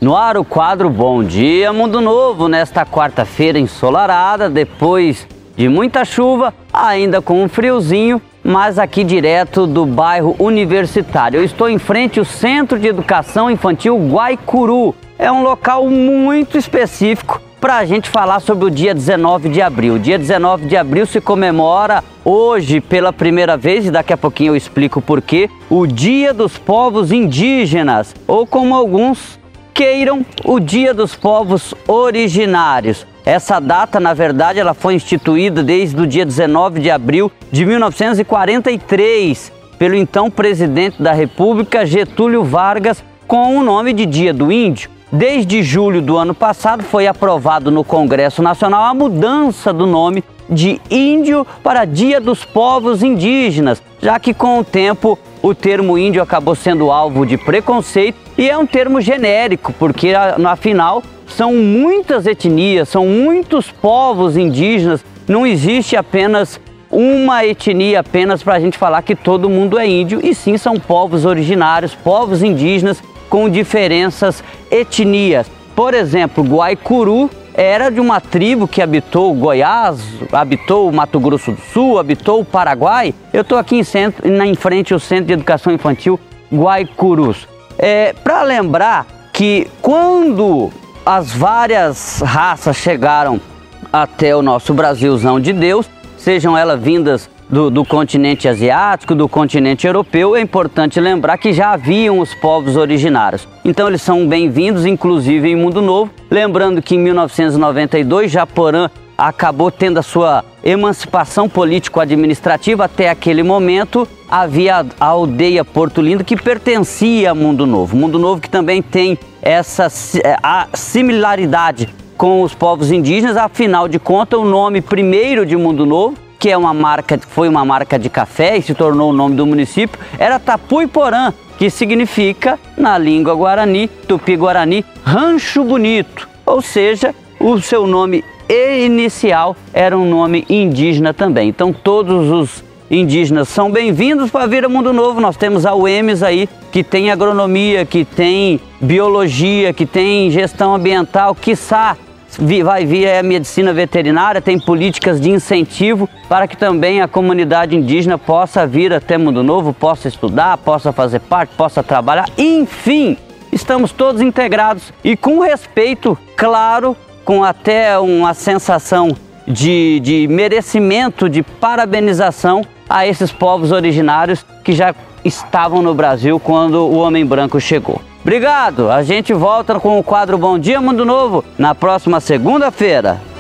No ar o quadro Bom Dia Mundo Novo, nesta quarta-feira ensolarada, depois de muita chuva, ainda com um friozinho, mas aqui direto do bairro Universitário. Eu estou em frente ao Centro de Educação Infantil Guaicuru. É um local muito específico para a gente falar sobre o dia 19 de abril. O dia 19 de abril se comemora hoje pela primeira vez, e daqui a pouquinho eu explico por quê, o Dia dos Povos Indígenas, ou como alguns queiram, o Dia dos Povos Originários. Essa data, na verdade, ela foi instituída desde o dia 19 de abril de 1943 pelo então presidente da República, Getúlio Vargas, com o nome de Dia do Índio. Desde julho do ano passado foi aprovado no Congresso Nacional a mudança do nome de Índio para Dia dos Povos Indígenas, já que com o tempo o termo índio acabou sendo alvo de preconceito e é um termo genérico, porque afinal são muitas etnias, são muitos povos indígenas, não existe apenas uma etnia apenas para a gente falar que todo mundo é índio, e sim são povos originários, povos indígenas com diferenças etnias. Por exemplo, Guaicuru era de uma tribo que habitou Goiás, habitou o Mato Grosso do Sul, habitou o Paraguai. Eu estou aqui em frente ao Centro de Educação Infantil Guaicurus. Para lembrar que quando as várias raças chegaram até o nosso Brasilzão de Deus, sejam elas vindas do continente asiático, do continente europeu, é importante lembrar que já haviam os povos originários. Então eles são bem-vindos, inclusive em Mundo Novo. Lembrando que em 1992, Japorã acabou tendo a sua emancipação político-administrativa. Até aquele momento havia a aldeia Porto Lindo, que pertencia a Mundo Novo. Mundo Novo que também tem essa similaridade com os povos indígenas. Afinal de contas, o nome primeiro de Mundo Novo, que foi uma marca de café e se tornou o nome do município, era Tapuiporã, que significa, na língua guarani, tupi-guarani, Rancho Bonito. Ou seja, o seu nome inicial era um nome indígena também. Então todos os indígenas são bem-vindos para vir a Mundo Novo. Nós temos a UEMS aí, que tem agronomia, que tem biologia, que tem gestão ambiental, quiçá vai vir a medicina veterinária, tem políticas de incentivo para que também a comunidade indígena possa vir até Mundo Novo, possa estudar, possa fazer parte, possa trabalhar. Enfim, estamos todos integrados e com respeito, claro, com até uma sensação de merecimento, de parabenização a esses povos originários que já estavam no Brasil quando o homem branco chegou. Obrigado, a gente volta com o quadro Bom Dia Mundo Novo na próxima segunda-feira.